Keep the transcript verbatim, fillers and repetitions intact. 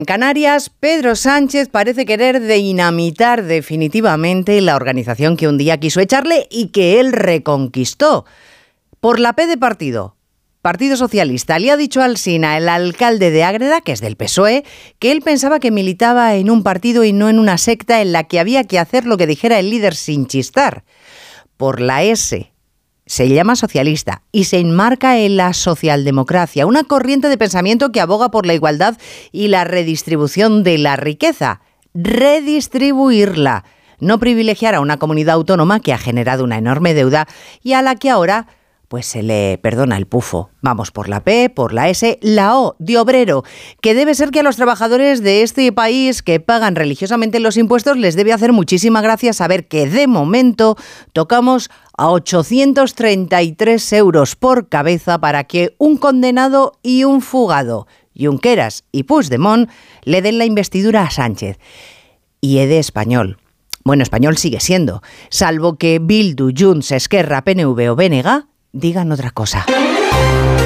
En Canarias, Pedro Sánchez parece querer dinamitar definitivamente la organización que un día quiso echarle y que él reconquistó. Por la P de partido, Partido Socialista, le ha dicho a Alsina, el alcalde de Ágreda, que es del P S O E, que él pensaba que militaba en un partido y no en una secta en la que había que hacer lo que dijera el líder sin chistar. Por la S, se llama socialista y se enmarca en la socialdemocracia, una corriente de pensamiento que aboga por la igualdad y la redistribución de la riqueza. Redistribuirla, no privilegiar a una comunidad autónoma que ha generado una enorme deuda y a la que ahora pues se le perdona el pufo. Vamos por la P, por la S, la O de obrero, que debe ser que a los trabajadores de este país que pagan religiosamente los impuestos les debe hacer muchísima gracia saber que de momento tocamos a ochocientos treinta y tres euros por cabeza para que un condenado y un fugado, Junqueras y Puigdemont, le den la investidura a Sánchez. Y E de español. Bueno, español sigue siendo, salvo que Bildu, Junts, Esquerra, P N V o B N G digan otra cosa.